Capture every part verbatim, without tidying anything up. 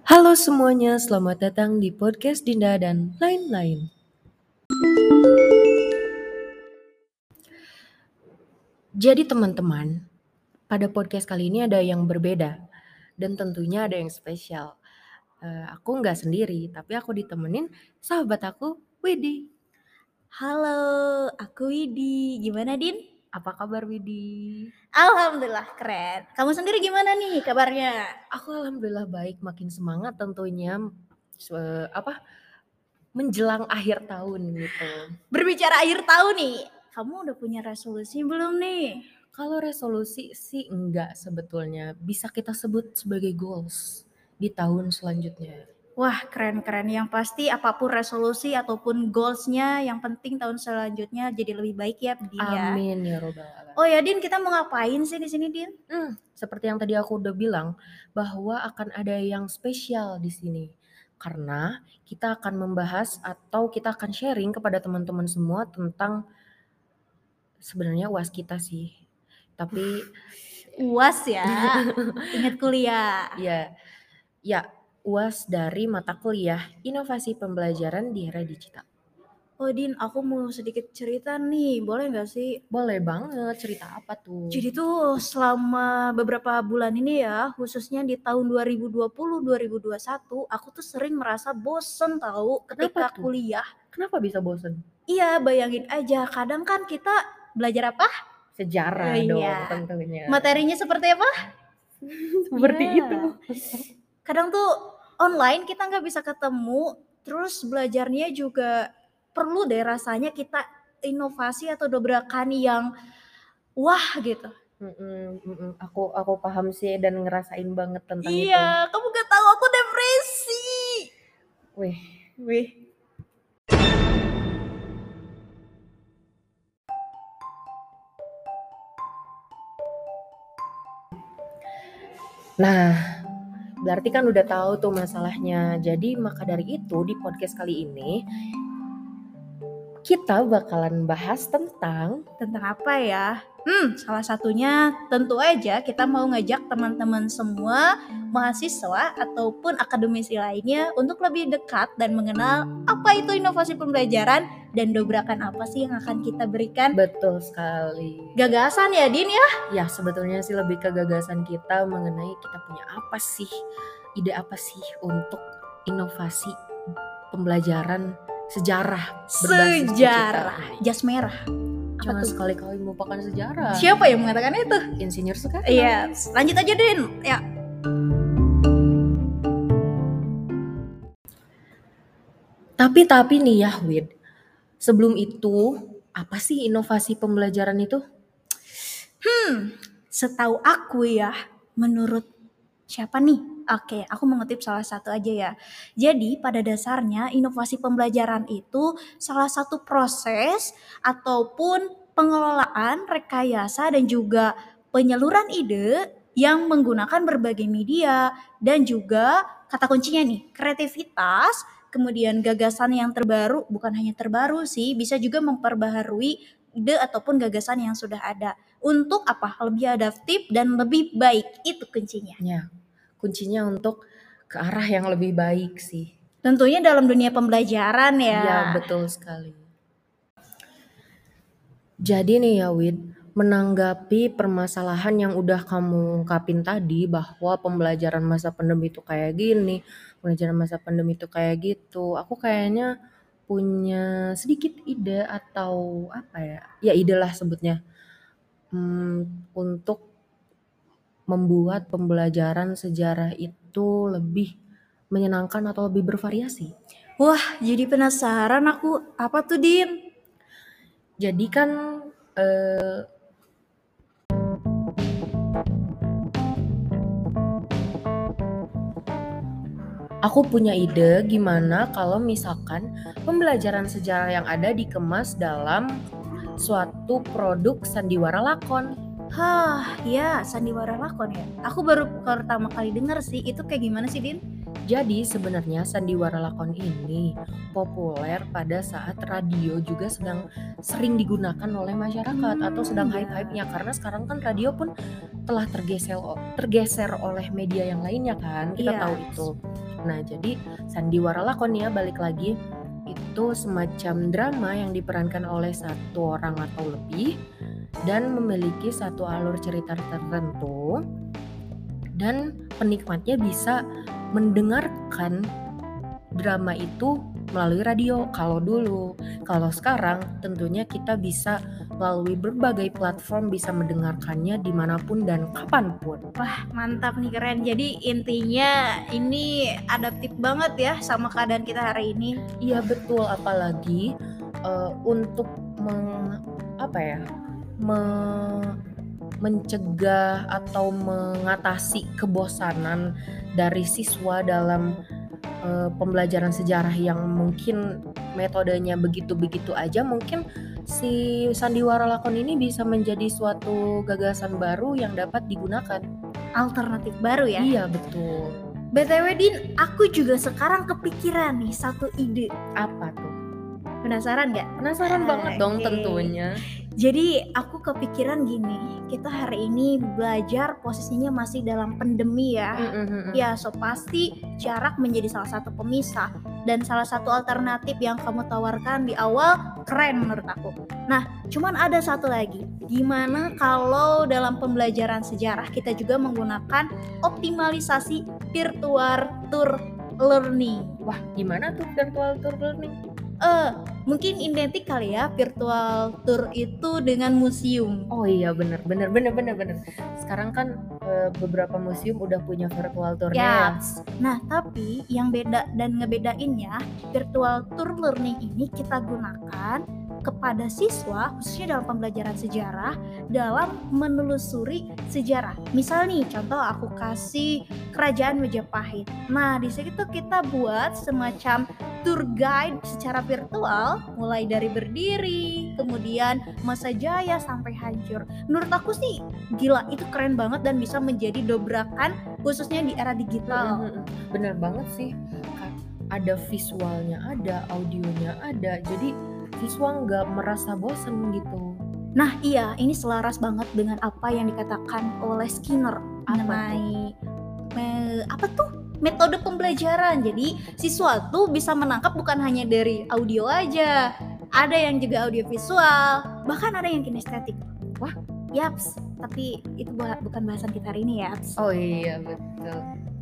Halo semuanya, selamat datang di podcast Dinda dan lain-lain. Jadi teman-teman, pada podcast kali ini ada yang berbeda dan tentunya ada yang spesial. Uh, aku nggak sendiri, tapi aku ditemenin sahabat aku, Widi. Halo, aku Widi. Gimana, Din? Apa kabar, Widi? Alhamdulillah keren. Kamu sendiri gimana nih kabarnya? Aku alhamdulillah baik, makin semangat tentunya se- apa menjelang akhir tahun gitu. Berbicara akhir tahun nih, kamu udah punya resolusi belum nih? Kalau resolusi sih enggak sebetulnya, bisa kita sebut sebagai goals di tahun selanjutnya. Wah, keren-keren. Yang pasti apapun resolusi ataupun goalsnya, yang penting tahun selanjutnya jadi lebih baik ya, Din ya. Amin ya robbal alamin. Oh ya, Din, kita mau ngapain sih di sini, Din? Hmm, seperti yang tadi aku udah bilang bahwa akan ada yang spesial di sini. Karena kita akan membahas atau kita akan sharing kepada teman-teman semua tentang sebenarnya U A S kita sih. Tapi U A S ya. Ingat kuliah. ya, ya U A S dari mata kuliah Inovasi Pembelajaran di Era Digital. Oh Din, aku mau sedikit cerita nih, boleh gak sih? Boleh banget, cerita apa tuh? Jadi tuh selama beberapa bulan ini ya, khususnya di tahun dua ribu dua puluh dua ribu dua puluh satu, aku tuh sering merasa bosen tahu ketika Kenapa tuh? kuliah. Kenapa bisa bosen? Iya, bayangin aja, kadang kan kita belajar apa? Sejarah Eh, dong iya. tentunya. Materinya seperti apa? Seperti Iya. itu. Kadang tuh online kita nggak bisa ketemu, terus belajarnya juga perlu deh rasanya kita inovasi atau dobrakan yang wah gitu. Mm-mm, mm-mm. Aku aku paham sih dan ngerasain banget tentang itu. Iya, kamu gak tahu aku depresi. Wih, Wih. nah berarti kan udah tahu tuh masalahnya. Jadi maka dari itu di podcast kali ini kita bakalan bahas tentang Tentang apa ya? Hmm, salah satunya tentu aja kita mau ngajak teman-teman semua mahasiswa ataupun akademisi lainnya untuk lebih dekat dan mengenal apa itu inovasi pembelajaran dan dobrakan apa sih yang akan kita berikan. betul sekali. Gagasan ya, Din ya? Ya, sebetulnya sih lebih ke gagasan kita mengenai kita punya apa sih, ide apa sih untuk inovasi pembelajaran sejarah berbasis Sejarah, digital. jas merah. Jangan tuh? sekali-kali melupakan sejarah. Siapa yang mengatakan itu? Insinyur Soekarno. Iya, lanjut aja, Din. Ya. Tapi tapi nih ya, Wid. Sebelum itu, apa sih inovasi pembelajaran itu? Hmm, setahu aku ya, menurut siapa nih? Oke, aku mengutip salah satu aja ya. Jadi pada dasarnya inovasi pembelajaran itu salah satu proses ataupun pengelolaan, rekayasa dan juga penyaluran ide yang menggunakan berbagai media dan juga kata kuncinya nih, kreativitas, kemudian gagasan yang terbaru, bukan hanya terbaru sih, bisa juga memperbaharui ide ataupun gagasan yang sudah ada. Untuk apa? Lebih adaptif dan lebih baik. Itu kuncinya. Ya, kuncinya untuk ke arah yang lebih baik sih. Tentunya dalam dunia pembelajaran ya. Iya, betul sekali. Jadi nih ya Wid, menanggapi permasalahan yang udah kamu ungkapin tadi bahwa pembelajaran masa pandemi itu kayak gini, pembelajaran masa pandemi itu kayak gitu, aku kayaknya punya sedikit ide atau apa ya, ya ide lah sebutnya, hmm, untuk membuat pembelajaran sejarah itu lebih menyenangkan atau lebih bervariasi. Wah, jadi penasaran aku. Apa tuh, Din? Jadi kan eh, aku punya ide gimana kalau misalkan pembelajaran sejarah yang ada dikemas dalam suatu produk sandiwara lakon. Hah, ya sandiwara lakon ya. Aku baru pertama kali dengar sih. Itu kayak gimana sih, Din? Jadi sebenarnya sandiwara lakon ini populer pada saat radio juga sedang sering digunakan oleh masyarakat atau sedang Hmm, ya. hype-hypenya, karena sekarang kan radio pun telah tergeser tergeser oleh media yang lainnya kan, kita Iya. tahu itu. Nah, jadi Sandiwara Lakon ya, balik lagi, itu semacam drama yang diperankan oleh satu orang atau lebih dan memiliki satu alur cerita tertentu, dan penikmatnya bisa mendengarkan drama itu melalui radio kalau dulu. Kalau sekarang tentunya kita bisa melalui berbagai platform bisa mendengarkannya dimanapun dan kapanpun. Wah, mantap nih, keren. Jadi intinya ini adaptif banget ya sama keadaan kita hari ini. Iya betul, apalagi uh, untuk meng, apa ya me, mencegah atau mengatasi kebosanan dari siswa dalam uh, pembelajaran sejarah yang mungkin metodenya begitu-begitu aja. Mungkin si Sandiwara Lakon ini bisa menjadi suatu gagasan baru yang dapat digunakan. Alternatif baru ya? Iya betul. B T W Din, aku juga sekarang kepikiran nih satu ide. Apa tuh? Penasaran gak? Penasaran Ah, banget dong oke. tentunya. Jadi aku kepikiran gini, kita hari ini belajar posisinya masih dalam pandemi ya. Mm-mm. Ya, so pasti jarak menjadi salah satu pemisah. Dan salah satu alternatif yang kamu tawarkan di awal keren menurut aku. Nah, cuman ada satu lagi. Gimana kalau dalam pembelajaran sejarah kita juga menggunakan optimalisasi virtual tour learning? Wah, gimana tuh virtual tour learning? Eh, mungkin identik kali ya virtual tour itu dengan museum. Oh iya, bener bener bener bener bener. Sekarang kan e, beberapa museum udah punya virtual tournya ya. Yaps. Nah, tapi yang beda dan ngebedainnya, virtual tour learning ini kita gunakan kepada siswa khususnya dalam pembelajaran sejarah dalam menelusuri sejarah. Misal nih, contoh aku kasih Kerajaan Majapahit. Nah, di situ kita buat semacam tour guide secara virtual, mulai dari berdiri, kemudian masa jaya sampai hancur. Menurut aku sih gila, itu keren banget dan bisa menjadi dobrakan khususnya di era digital. Mm-mm. Bener banget sih. Ada visualnya, ada audionya, ada. Jadi siswa nggak merasa bosen gitu. Nah iya, ini selaras banget dengan apa yang dikatakan oleh Skinner mengenai me, apa tuh metode pembelajaran. Jadi siswa tuh bisa menangkap bukan hanya dari audio aja, ada yang juga audio visual, bahkan ada yang kinestetik. Wah, yaps, tapi itu bukan bahasan kita hari ini, yaps. Oh iya betul.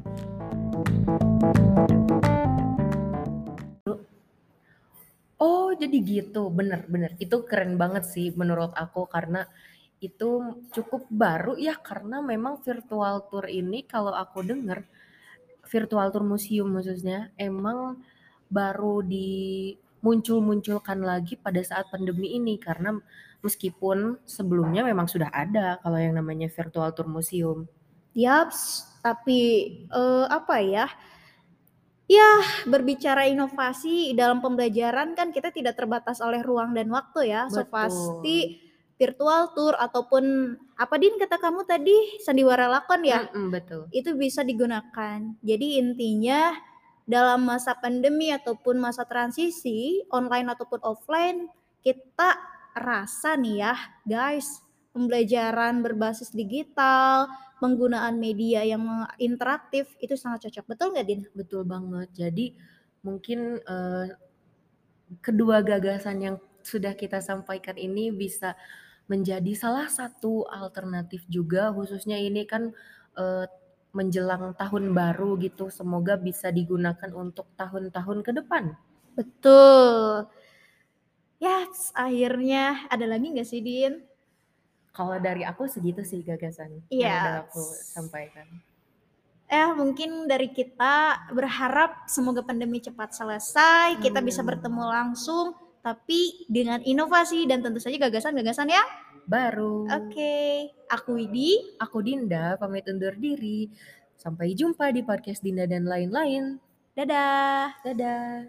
Oh jadi gitu, bener-bener itu keren banget sih menurut aku, karena itu cukup baru ya, karena memang virtual tour ini kalau aku denger, virtual tour museum khususnya emang baru dimuncul-munculkan lagi pada saat pandemi ini, karena meskipun sebelumnya memang sudah ada kalau yang namanya virtual tour museum. Yaps, tapi uh, apa ya? Ya, berbicara inovasi dalam pembelajaran kan kita tidak terbatas oleh ruang dan waktu ya. So Betul. pasti virtual tour ataupun apa Din kata kamu tadi, Sandiwara Lakon ya? Mm-mm, betul. Itu bisa digunakan. Jadi intinya dalam masa pandemi ataupun masa transisi online ataupun offline, kita rasa nih ya guys, pembelajaran berbasis digital, penggunaan media yang interaktif itu sangat cocok. Betul nggak Din? Betul banget. Jadi mungkin uh, kedua gagasan yang sudah kita sampaikan ini bisa menjadi salah satu alternatif juga, khususnya ini kan uh, menjelang tahun baru gitu. Semoga bisa digunakan untuk tahun-tahun ke depan. Betul. Ya, yes, akhirnya ada lagi nggak sih Din? Kalau dari aku segitu sih gagasan yes. yang udah aku sampaikan. Eh mungkin dari kita berharap semoga pandemi cepat selesai, hmm. kita bisa bertemu langsung, tapi dengan inovasi dan tentu saja gagasan-gagasan yang baru. Oke, okay. Aku Widi, aku Dinda, pamit undur diri. Sampai jumpa di podcast Dinda dan lain-lain. Dadah. Dadah.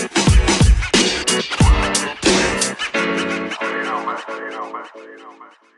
You know, man. You know, man. You know, man.